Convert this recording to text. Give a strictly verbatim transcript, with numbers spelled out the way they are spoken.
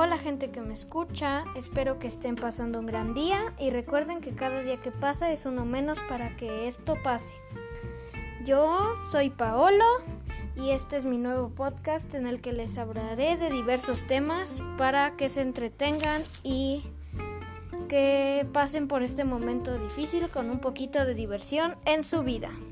Hola gente que me escucha, espero que estén pasando un gran día y recuerden que cada día que pasa es uno menos para que esto pase. Yo soy Paolo y este es mi nuevo podcast en el que les hablaré de diversos temas para que se entretengan y que pasen por este momento difícil con un poquito de diversión en su vida.